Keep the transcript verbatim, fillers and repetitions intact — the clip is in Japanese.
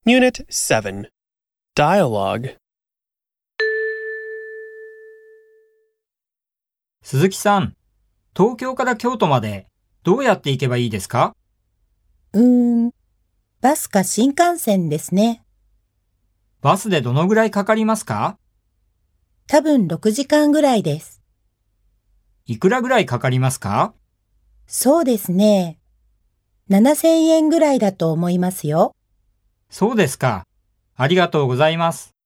Unit seven. Dialogue. 鈴木さん、東京から京都までどうやって行けばいいですか？ うーん、バスか新幹線ですね。 バスでどのぐらいかかりますか？ 多分ろくじかんぐらいです。 いくらぐらいかかりますか？ そうですね。ななせんえんぐらいだと思いますよ。 そうですか。ありがとうございます。